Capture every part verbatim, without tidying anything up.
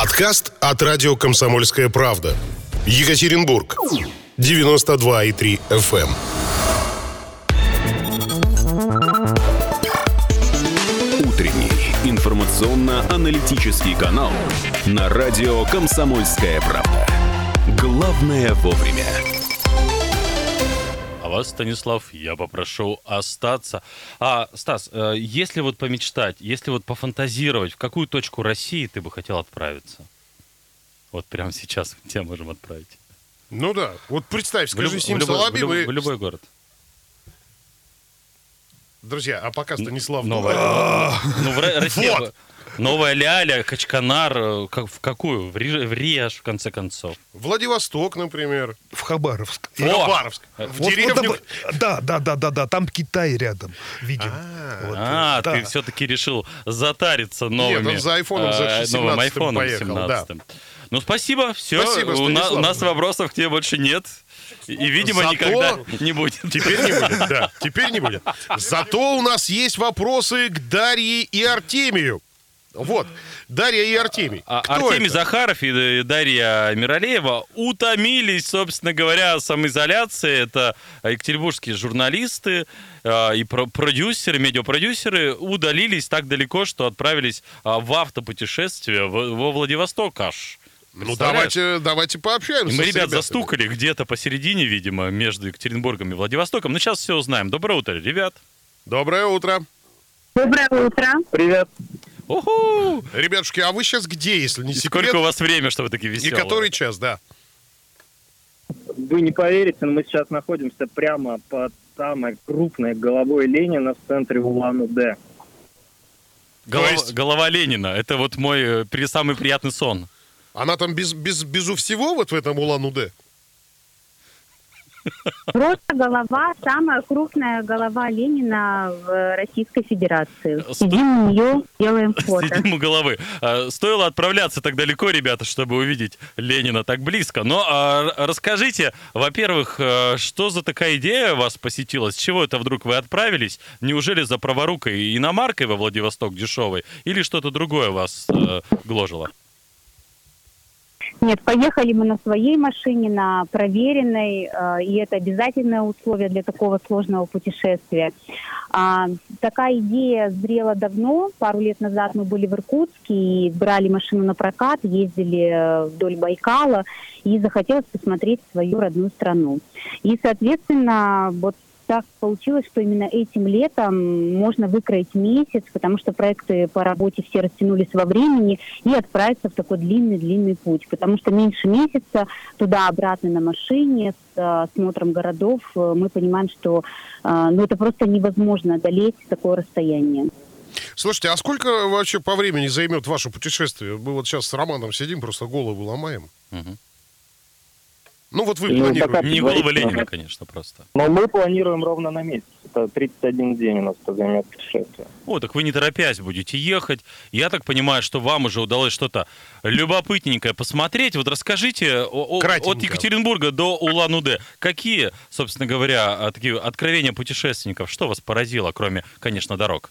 Подкаст от радио «Комсомольская правда». Екатеринбург. девяносто два и три эф эм. Утренний информационно-аналитический канал на радио «Комсомольская правда». Главное вовремя. А вас, Станислав, я попрошу остаться. А, Стас, если вот помечтать, если вот пофантазировать, в какую точку России ты бы хотел отправиться? Вот прямо сейчас тебя можем отправить. Ну да, вот представь, скажи люб... Симсалабим в, люб... и... в любой город. Друзья, а пока Станислав... Новая... Ну, в России... Новая Ляля, Качканар, в какую? В Риж, в конце концов. Владивосток, например. В Хабаровск. В Хабаровск. В вот, деревню... Вот, да, да, да, да, да, там Китай рядом, видим. А, вот, а да. Ты все-таки решил затариться новыми... Нет, он за айфоном за новым семнадцатым айфоном поехал, семнадцатым. Да. Ну, спасибо, все. Спасибо, у, на, у нас Станислав. вопросов к тебе больше нет. И, видимо, Зато... никогда не будет. Теперь не будет, да. Теперь не будет. Зато у нас есть вопросы к Дарье и Артемию. Вот, Дарья и Артемий. А, Кто Артемий это? Захаров и Дарья Миралеева утомились, собственно говоря, самоизоляции. Это екатеринбургские журналисты э, и про- продюсеры, медиапродюсеры удалились так далеко, что отправились э, в автопутешествие в, во Владивосток аж. Ну, давайте, давайте пообщаемся. И мы ребят ребятами. застукали где-то посередине, видимо, между Екатеринбургом и Владивостоком. Ну, сейчас все узнаем. Доброе утро, ребят. Доброе утро. Доброе утро. Привет. Уху! Ребятушки, а вы сейчас где, если не И секрет? сколько у вас время, что вы такие И веселые? который час, да? Вы не поверите, но мы сейчас находимся прямо под самой крупной головой Ленина в центре Улан-Удэ. Голова, То есть- голова Ленина. Это вот мой э, при, самый приятный сон. Она там без, без, безу всего вот в этом Улан-Удэ? Просто голова, самая крупная голова Ленина в Российской Федерации. Сто- Сидим на нее, делаем фото. Сидим у головы. А, Стоило отправляться так далеко, ребята, чтобы увидеть Ленина так близко. Но а, расскажите, во-первых, а, что за такая идея вас посетила? С чего это вдруг вы отправились? Неужели за праворукой иномаркой во Владивосток дешевой? Или что-то другое вас а, гложило? Нет, поехали мы на своей машине, на проверенной, э, и это обязательное условие для такого сложного путешествия. А, такая идея зрела давно. Пару лет назад мы были в Иркутске и брали машину на прокат, ездили вдоль Байкала, и захотелось посмотреть свою родную страну. И, соответственно, вот так получилось, что именно этим летом можно выкроить месяц, потому что проекты по работе все растянулись во времени, и отправиться в такой длинный-длинный путь. Потому что меньше месяца туда-обратно на машине с э, осмотром городов э, мы понимаем, что э, ну, это просто невозможно одолеть такое расстояние. Слушайте, а сколько вообще по времени займет ваше путешествие? Мы вот сейчас с Романом сидим, просто голову ломаем. Угу. Ну вот вы Ну, планируете. пока- Не голова предварительно. Ленина, конечно, просто. Но мы планируем ровно на месяц. Это тридцать один день у нас займет путешествие. О, так вы не торопясь будете ехать. Я так понимаю, что вам уже удалось что-то любопытненькое посмотреть. Вот расскажите о- о- Кратенько. от Екатеринбурга до Улан-Удэ. Какие, собственно говоря, а, такие откровения путешественников? Что вас поразило, кроме, конечно, дорог?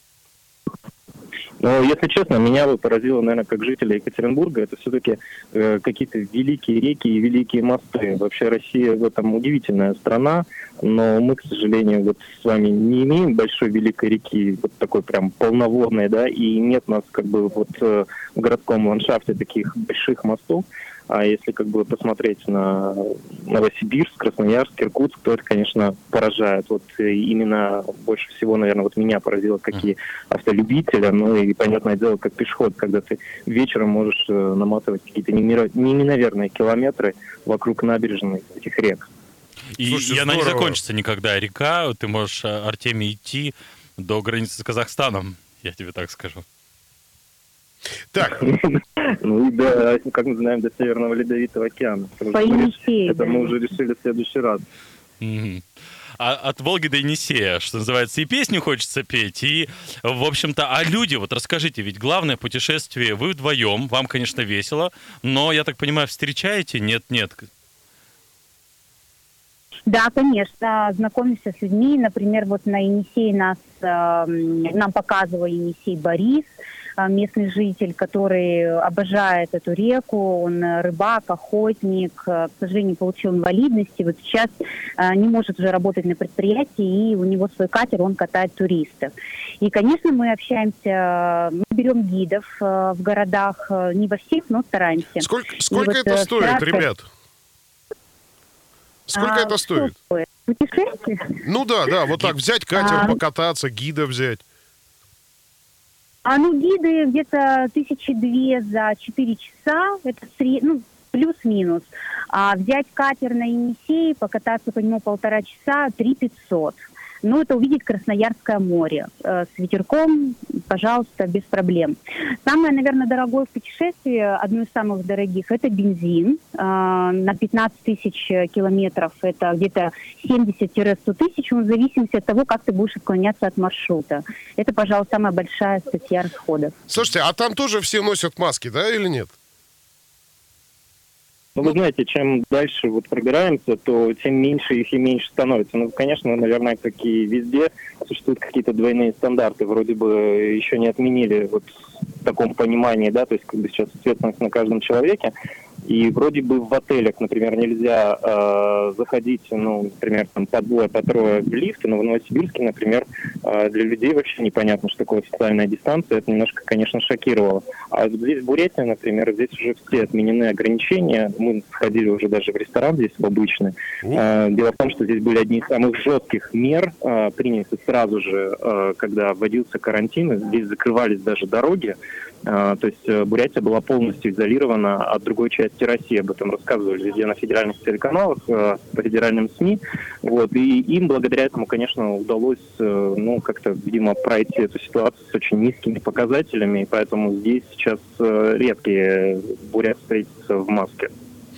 Но, если честно, меня бы поразило, наверное, как жителя Екатеринбурга, это все-таки э, какие-то великие реки и великие мосты. Вообще Россия в этом удивительная страна, но мы, к сожалению, вот с вами не имеем большой великой реки, вот такой прям полноводной, да, и нет у нас как бы вот э, в городском ландшафте таких больших мостов. А если как бы посмотреть на Новосибирск, Красноярск, Иркутск, то это, конечно, поражает. Вот именно больше всего, наверное, вот меня поразило, какие автолюбители, ну и, понятное дело, как пешеход, когда ты вечером можешь наматывать какие-то неимоверные километры вокруг набережной этих рек. И, Слушайте, и она не здорово. закончится никогда. Река, ты можешь, Артемий, идти до границы с Казахстаном, я тебе так скажу. Так, Ну и до, как мы знаем, до Северного Ледовитого океана. По Енисею, Это да. мы уже решили в следующий раз. Мгм. А от Волги до Енисея, что называется, и песню хочется петь, и, в общем-то, а люди, вот расскажите, ведь главное путешествие, вы вдвоем, вам, конечно, весело, но, я так понимаю, встречаете? Нет-нет. Да, конечно, знакомимся с людьми. Например, вот на Енисей нас, э, нам показывал Енисей Борис. а, местный житель, который обожает эту реку, он рыбак, охотник, к сожалению, получил инвалидность, и вот сейчас а, не может уже работать на предприятии, и у него свой катер, он катает туристов. И, конечно, мы общаемся, мы берем гидов а, в городах, а, не во всех, но стараемся. Сколько, сколько вот, это э, стоит, вчера- ребят? Сколько А, это что стоит? Путешествие? Ну да, да, вот так взять катер, А. покататься, гида взять. А ну гиды где-то тысячи две за четыре часа, это сред... ну, плюс-минус. А взять катер на Енисей, покататься по нему полтора часа, три пятьсот. Ну, это увидеть Красноярское море. Э, с ветерком, пожалуйста, без проблем. Самое, наверное, дорогое в путешествии, одно из самых дорогих, это бензин. Э, на пятнадцать тысяч километров это где-то семьдесят-сто тысяч, в зависимости от того, как ты будешь отклоняться от маршрута. Это, пожалуй, самая большая статья расходов. Слушайте, а там тоже все носят маски, да, или нет? Ну, вы знаете, чем дальше вот пробираемся, то тем меньше их и меньше становится. Ну, конечно, наверное, как и везде, существуют какие-то двойные стандарты. Вроде бы еще не отменили вот в таком понимании, да, то есть как бы сейчас ответственность на каждом человеке. И вроде бы в отелях, например, нельзя э, заходить, ну, например, там по двое, по трое в лифты, но в Новосибирске, например, э, для людей вообще непонятно, что такое официальная дистанция. Это немножко, конечно, шокировало. А здесь в Бурятии, например, здесь уже все отменены ограничения. Мы сходили уже даже в ресторан здесь, в обычный. Э, дело в том, что здесь были одни из самых жестких мер, э, приняты сразу же, э, когда вводился карантин. Здесь закрывались даже дороги. Uh, то есть uh, Бурятия была полностью изолирована от другой части России. Об этом рассказывали везде на федеральных телеканалах, uh, по федеральным СМИ. Вот. И им благодаря этому, конечно, удалось uh, ну, как-то, видимо, пройти эту ситуацию с очень низкими показателями. И поэтому здесь сейчас uh, редкие буряты встретятся в маске.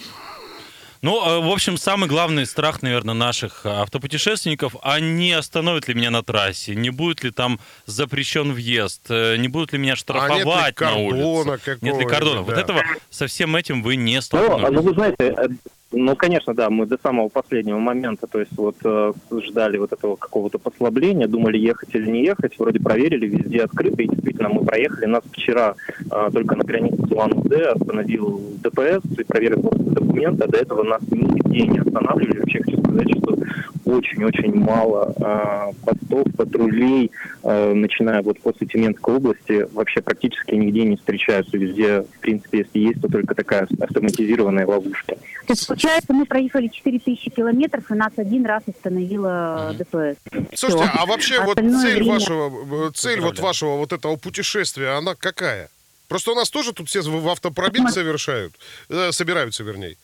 Ну, в общем, самый главный страх, наверное, наших автопутешественников, а не остановят ли меня на трассе, не будет ли там запрещен въезд, не будут ли меня штрафовать а нет ли на улице. Нет ли кордона. Да. Вот этого со всем этим вы не столкнулись. Ну, ну, вы знаете, ну, конечно, да, мы до самого последнего момента, то есть вот э, ждали вот этого какого-то послабления, думали, ехать или не ехать, вроде проверили, везде открыто, и действительно мы проехали. Нас вчера э, только на границе с Улан-Удэ остановил ДПС и проверил документы, а до этого нас нигде не останавливали. Вообще хочу сказать, что очень-очень мало э, постов, патрулей, э, начиная вот после Тюменской области, вообще практически нигде не встречаются. Везде, в принципе, если есть, то только такая автоматизированная ловушка. То есть, получается, мы проехали четыре тысячи километров, и нас один раз остановила ДПС. Слушайте, Все. а вообще вот Остальное цель время... вашего, цель вот вашего вот этого путешествия, она какая? Просто у нас тоже тут все в автопробег совершают, э, собираются, вернее.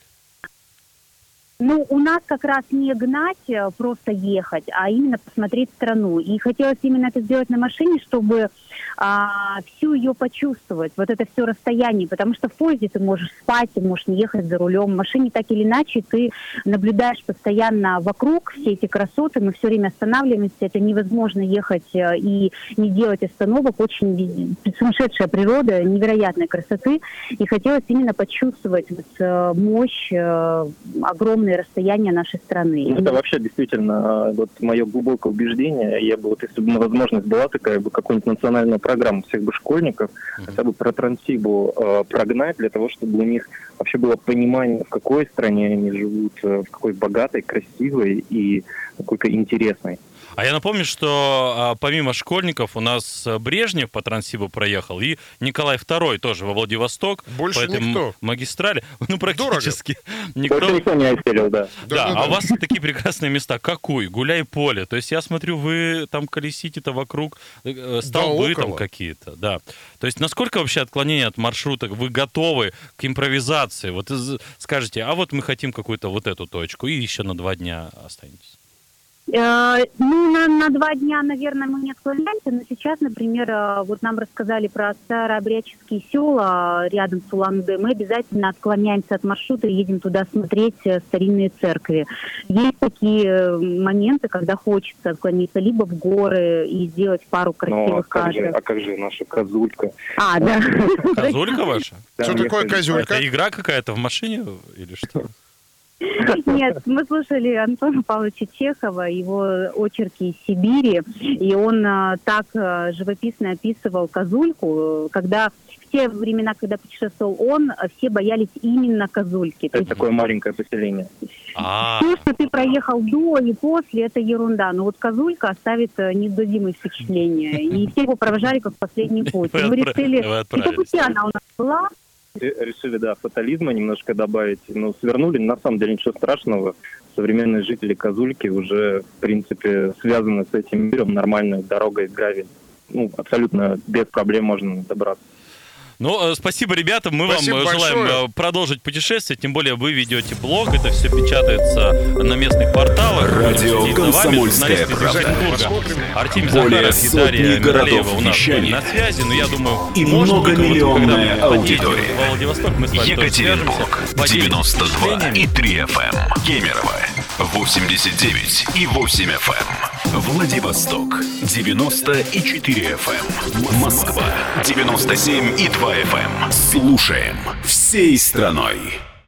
Ну, у нас как раз не гнать, просто ехать, а именно посмотреть страну. И хотелось именно это сделать на машине, чтобы а, всю ее почувствовать, вот это все расстояние. Потому что в поезде ты можешь спать, ты можешь не ехать за рулем. В машине так или иначе ты наблюдаешь постоянно вокруг все эти красоты, мы все время останавливаемся. Это невозможно ехать и не делать остановок. Очень сумасшедшая природа, невероятной красоты. И хотелось именно почувствовать вот, мощь, огромную расстояния нашей страны. Это вообще действительно вот мое глубокое убеждение. Я бы вот, если бы возможность была такая, бы какую-нибудь национальную программу всех бы школьников, mm-hmm. хотя бы про Транссибу э, прогнать, для того, чтобы у них вообще было понимание, в какой стране они живут, в какой богатой, красивой и какой-то интересной. А я напомню, что а, помимо школьников у нас Брежнев по Транссибу проехал, и Николай второй тоже во Владивосток. Больше по этой никто. Магистрали. Ну, практически. Никто... Больше никто не отселил, да. Да, да, да, а да. У вас такие прекрасные места. Какой? Гуляй-поле. То есть я смотрю, вы там колесите-то вокруг, столбы да, там какие-то. Да. То есть насколько вообще отклонение от маршрута вы готовы к импровизации? Вот скажете, а вот мы хотим какую-то вот эту точку, и еще на два дня останетесь. Э, ну, на, на два дня, наверное, мы не отклоняемся, но сейчас, например, вот нам рассказали про старообрядческие села рядом с Улан-Удэ. Мы обязательно отклоняемся от маршрута и едем туда смотреть старинные церкви. Есть такие моменты, когда хочется отклониться либо в горы и сделать пару красивых а как, кадров. же, а как же наша козулька? А, да. Козулька ваша? Что такое козюлька? Это игра какая-то в машине или что? Нет, мы слушали Антона Павловича Чехова, его очерки из Сибири, и он а, так а, живописно описывал козульку, когда в те времена, когда путешествовал он, все боялись именно козульки. Это такое маленькое поселение. А, То, что ты проехал до и после, это ерунда. Но вот козулька оставит недозимое впечатление. И все его провожали как последний путь. Вы Мы отпра- решили, вы и по отправились. пути она у нас была. Решили, да, фатализма немножко добавить. Ну, свернули, на самом деле ничего страшного. Современные жители Козульки уже, в принципе, связаны с этим миром, нормальной дорогой из гравия. Ну, абсолютно без проблем можно добраться. ну, э, спасибо, ребята. Мы Спасибо вам э, желаем большое. э, продолжить путешествие. Тем более вы ведете блог. Это все печатается на местных порталах. Радио Будем следить за вами. «Комсомольская Журналисты из правда». Екатеринбурга. Артемий Более Захаров и сотни Дарья городов Михалева у нас вещания. были на связи. Но я думаю, И можно только вот, многомиллионная когда вы поедете аудитория. во Владивосток, мы с вами тоже Екатеринбург свяжемся, поделимся девяносто два впечатлениями. и три эф эм. Кемерово восемьдесят девять и восемь эф эм. Владивосток девяносто и четыре эф эм. Москва девяносто семь и два эф эм. Слушаем всей страной.